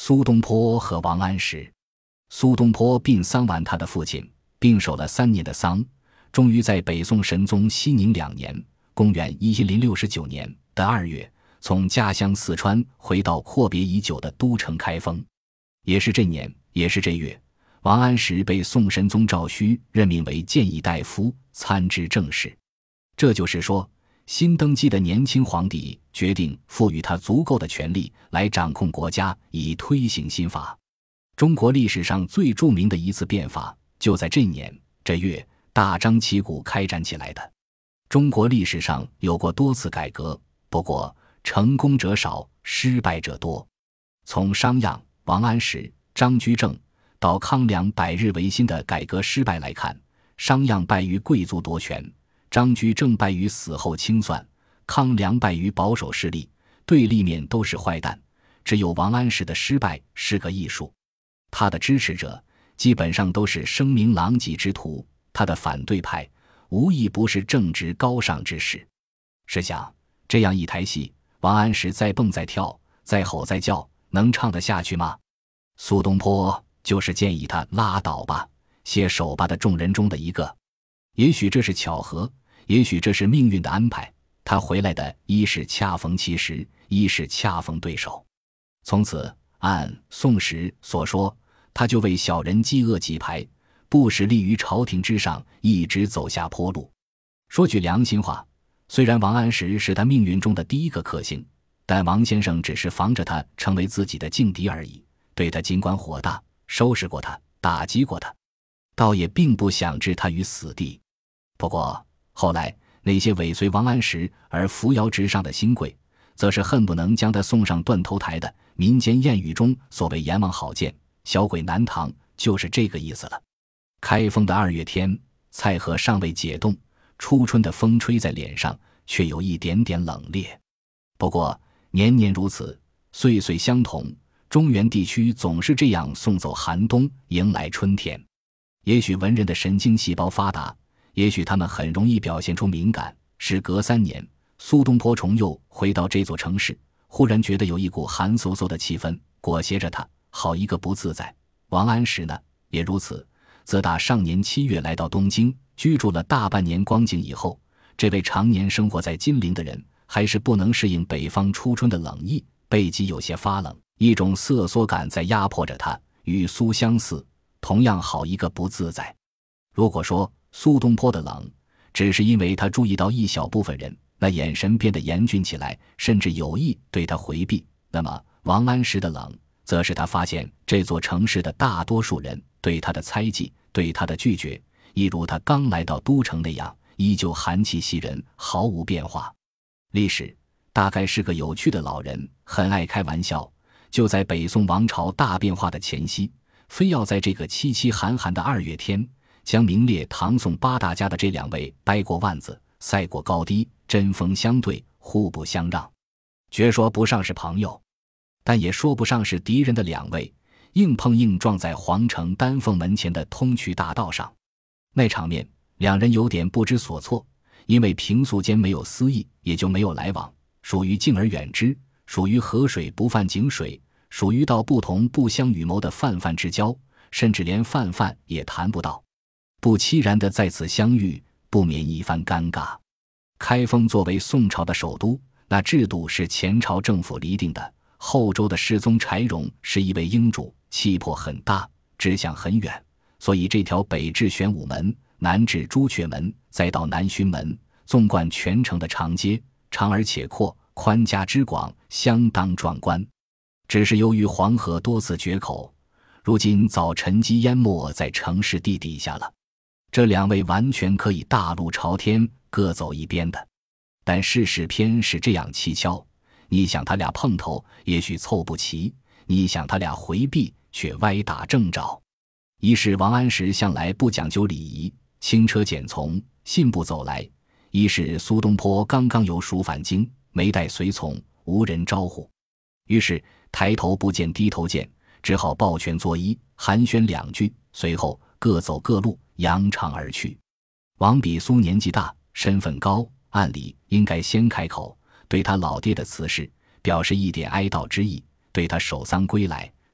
苏东坡和王安石。苏东坡病丧完他的父亲，并守了3年的丧，终于在北宋神宗熙宁2年公元1069年的2月，从家乡四川回到阔别已久的都城开封。也是这年，也是这月，王安石被宋神宗赵顼任命为谏议大夫，参知政事。这就是说，新登基的年轻皇帝决定赋予他足够的权力来掌控国家，以推行新法。中国历史上最著名的一次变法，就在这年这月大张旗鼓开展起来的。中国历史上有过多次改革，不过成功者少，失败者多。从商鞅、王安石、张居正到康梁百日维新的改革失败来看，商鞅败于贵族夺权，张居正败于死后清算，康梁败于保守势力，对立面都是坏蛋，只有王安石的失败是个艺术。他的支持者基本上都是声名狼藉之徒，他的反对派无一不是正直高尚之士。试想，这样一台戏，王安石再蹦再跳，再吼再叫，能唱得下去吗？苏东坡就是建议他拉倒吧，写手吧的众人中的一个。也许这是巧合，也许这是命运的安排，他回来的一是恰逢其时，一是恰逢对手。从此按《宋史》所说，他就为小人饥饿几排，不使立于朝廷之上，一直走下坡路。说句良心话，虽然王安石是他命运中的第一个克星，但王先生只是防着他成为自己的劲敌而已，对他尽管火大，收拾过他，打击过他，倒也并不想置他于死地。不过后来那些尾随王安石而扶摇直上的新贵，则是恨不能将他送上断头台的。民间谚语中所谓阎王好见，小鬼难逃，就是这个意思了。开封的2月天，蔡河尚未解冻，初春的风吹在脸上，却有一点点冷冽。不过年年如此，岁岁相同，中原地区总是这样送走寒冬，迎来春天。也许文人的神经细胞发达，也许他们很容易表现出敏感。时隔3年，苏东坡重又回到这座城市，忽然觉得有一股寒飕飕的气氛裹挟着他，好一个不自在。王安石呢，也如此。自打上年7月来到东京，居住了大半年光景以后，这位常年生活在金陵的人，还是不能适应北方初春的冷意，背脊有些发冷，一种瑟缩感在压迫着他，与苏相似，同样好一个不自在。如果说苏东坡的冷只是因为他注意到一小部分人那眼神变得严峻起来，甚至有意对他回避，那么王安石的冷则是他发现这座城市的大多数人对他的猜忌，对他的拒绝，一如他刚来到都城那样，依旧寒气袭人，毫无变化。历史大概是个有趣的老人，很爱开玩笑，就在北宋王朝大变化的前夕，非要在这个凄凄寒寒的2月天，将名列唐宋8大家的这2位掰过腕子，赛过高低，针锋相对，互不相让。绝说不上是朋友，但也说不上是敌人的2位，硬碰硬撞在皇城丹凤门前的通衢大道上。那场面2人有点不知所措，因为平素间没有私意，也就没有来往，属于敬而远之，属于河水不犯井水，属于道不同不相与谋的泛泛之交，甚至连泛泛也谈不到。不期然的在此相遇，不免一番尴尬。开封作为宋朝的首都，那制度是前朝政府厘定的。后周的世宗柴荣是一位英主，气魄很大，志向很远，所以这条北至玄武门，南至朱雀门，再到南薰门，纵贯全城的长街，长而且阔，宽加之广，相当壮观。只是由于黄河多次决口，如今早沉积淹没在城市地底下了。这2位完全可以大路朝天，各走一边的，但世事偏是这样蹊跷，你想他俩碰头，也许凑不齐；你想他俩回避，却歪打正着。一是王安石向来不讲究礼仪，轻车简从，信步走来；一是苏东坡刚刚由蜀返京，没带随从，无人招呼。于是抬头不见低头见，只好抱拳作揖，寒暄2句，随后各走各路，扬长而去。王比苏年纪大，身份高，按理应该先开口，对他老爹的辞世表示一点哀悼之意，对他守丧归来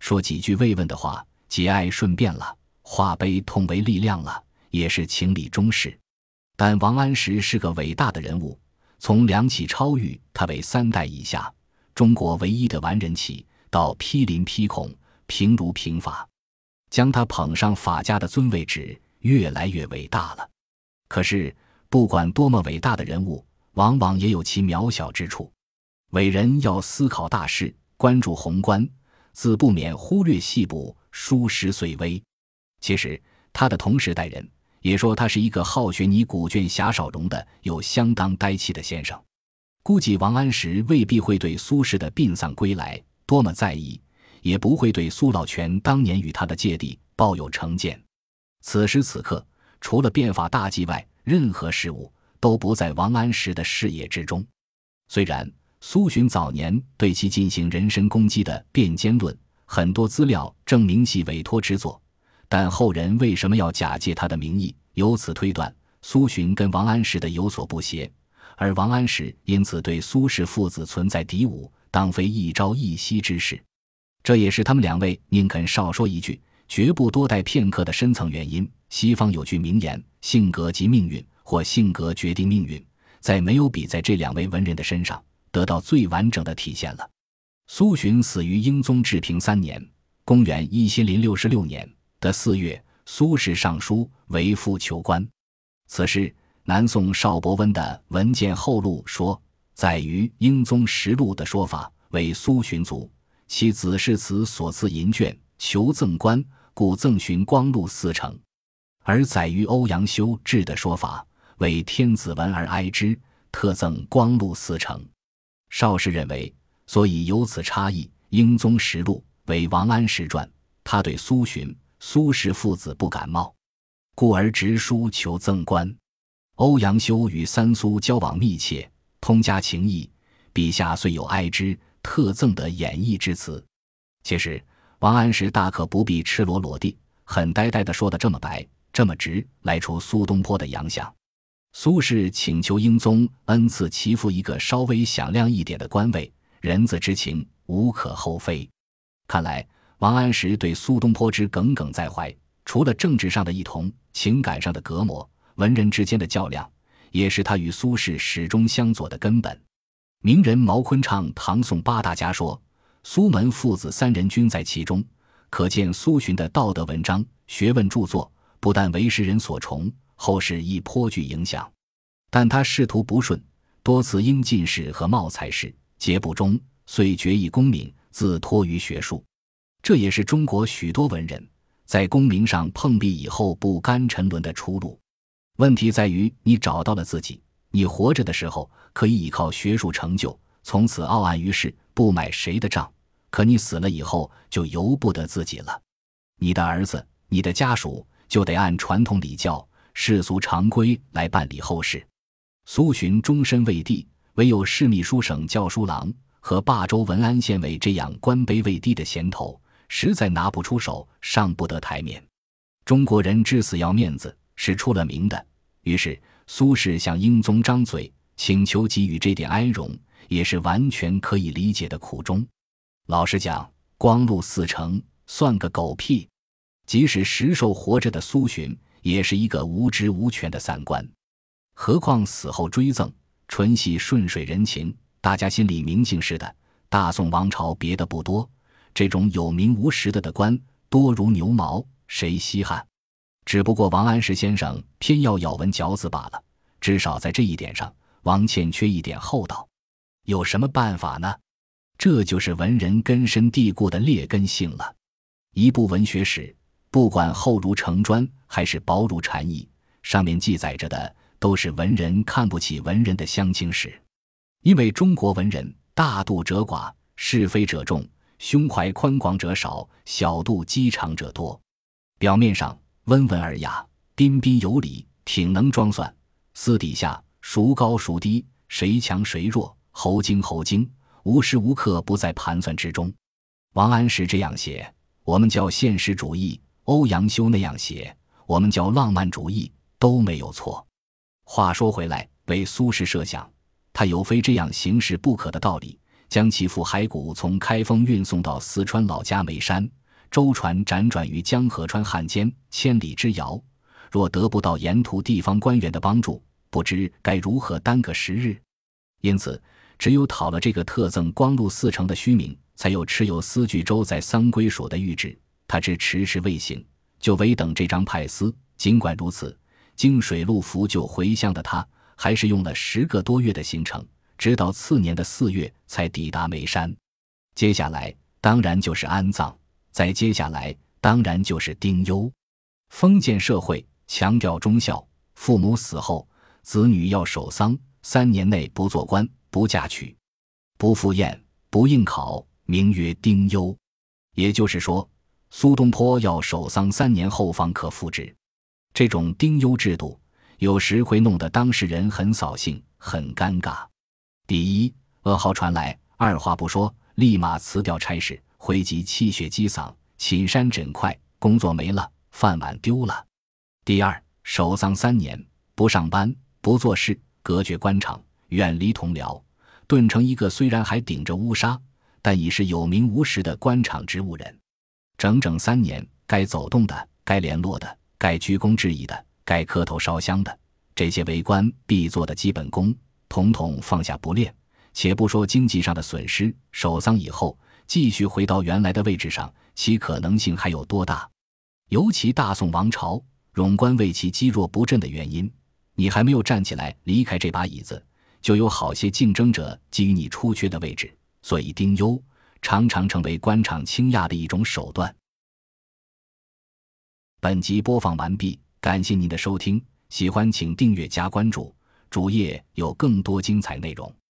说几句慰问的话，节哀顺变了，化悲痛为力量了，也是情理中事。但王安石是个伟大的人物，从梁启超誉他为3代以下中国唯一的完人起，到批林批孔，平儒平法，将他捧上法家的尊位置，越来越伟大了。可是不管多么伟大的人物，往往也有其渺小之处。伟人要思考大事，关注宏观，自不免忽略细部，疏失碎微。其实他的同时代人也说他是一个好学拟古卷狭少容的有相当呆气的先生。估计王安石未必会对苏轼的殡丧归来多么在意，也不会对苏老泉当年与他的芥蒂抱有成见。此时此刻，除了变法大计外，任何事物都不在王安石的视野之中。虽然苏洵早年对其进行人身攻击的《辩奸论》，很多资料证明系委托之作，但后人为什么要假借他的名义？由此推断，苏洵跟王安石的有所不协，而王安石因此对苏轼父子存在敌伍，当非一朝一夕之事。这也是他们两位宁肯少说一句，绝不多待片刻的深层原因。西方有句名言，性格即命运，或性格决定命运，在没有比在这两位文人的身上得到最完整的体现了。苏洵死于英宗治平3年，公元1066年的4月，苏轼上书为父求官。此事南宋邵伯温的《文件后录》说，在于英宗实录的说法为苏洵卒，其子世祠所赐银卷，求赠官，故赠洵光禄4成。而载于欧阳修志的说法为天子闻而哀之，特赠光禄4成。邵氏认为，所以有此差异，英宗实录为王安石传，他对苏洵、苏轼父子不感冒，故而直书求赠官。欧阳修与三苏交往密切，通家情谊，笔下虽有哀之，特赠的演绎之词。其实王安石大可不必赤裸裸地很呆呆地说得这么白这么直，来除苏东坡的洋相。苏轼请求英宗恩赐其父一个稍微响亮一点的官位，人子之情无可厚非。看来王安石对苏东坡之耿耿在怀，除了政治上的异同，情感上的隔膜，文人之间的较量，也是他与苏轼始终相左的根本。名人毛昆畅唐宋8大家说，苏门父子3人均在其中，可见苏洵的道德文章、学问著作不但为世人所崇，后世亦颇具影响。但他仕途不顺，多次因进士和冒才士，皆不中，遂决意功名，自托于学术。这也是中国许多文人在功名上碰壁以后不甘沉沦的出路。问题在于，你找到了自己，你活着的时候可以依靠学术成就，从此傲岸于世，不买谁的账，可你死了以后就由不得自己了。你的儿子、你的家属就得按传统礼教、世俗常规来办理后事。苏洵终身未第，唯有侍秘书省校书郎和霸州文安县尉这样官卑未低的衔头，实在拿不出手，上不得台面。中国人之死要面子，是出了名的，于是苏轼向英宗张嘴，请求给予这点哀容，也是完全可以理解的苦衷。老实讲，光禄4成算个狗屁，即使实寿活着的苏洵，也是一个无职无权的散官，何况死后追赠，纯系顺水人情，大家心里明镜似的。大宋王朝别的不多，这种有名无实的官多如牛毛，谁稀罕？只不过王安石先生偏要咬文嚼字罢了，至少在这一点上，王欠缺一点厚道。有什么办法呢？这就是文人根深蒂固的劣根性了。一部文学史，不管厚如城砖还是薄如蝉翼，上面记载着的都是文人看不起文人的相轻史。因为中国文人大度者寡，是非者众，胸怀宽广者少，小肚鸡肠者多。表面上温文尔雅，彬彬有礼，挺能装蒜，私底下孰高孰低，谁强谁弱，猴精猴精，无时无刻不在盘算之中。王安石这样写，我们叫现实主义；欧阳修那样写，我们叫浪漫主义，都没有错。话说回来，为苏轼设想，他有非这样行事不可的道理， 将其父骸骨从开封运送到四川老家眉山，舟船辗转于江河川汉间，千里之遥，若得不到沿途地方官员的帮助，不知该如何耽搁时日。因此只有讨了这个特赠光禄4成的虚名，才有持有司据州在桑归所的谕旨。他知迟迟未行，就唯等这张派司。尽管如此，经水陆浮就回乡的他，还是用了10个多月的行程，直到次年的4月才抵达眉山。接下来当然就是安葬，再接下来当然就是丁忧。封建社会强调忠孝，父母死后，子女要守丧，3年内不做官，不嫁娶，不赴宴，不应考，名曰丁忧。也就是说，苏东坡要守丧3年后方可复职。这种丁忧制度有时会弄得当事人很扫兴，很尴尬。第一，噩耗传来，二话不说，立马辞掉差事，回即气血积嗓，寝山枕块，工作没了，饭碗丢了。第二，守丧3年，不上班，不做事，隔绝官场，远离同僚，顿成一个虽然还顶着乌纱，但已是有名无实的官场职务人。整整3年，该走动的，该联络的，该居功至义的，该磕头烧香的，这些为官必做的基本功，统统放下不练。且不说经济上的损失，守丧以后继续回到原来的位置上，其可能性还有多大？尤其大宋王朝冗官为其积弱不振的原因，你还没有站起来离开这把椅子，就有好些竞争者觊觎你出缺的位置，所以丁忧常常成为官场倾轧的一种手段。本集播放完毕，感谢您的收听，喜欢请订阅加关注，主页有更多精彩内容。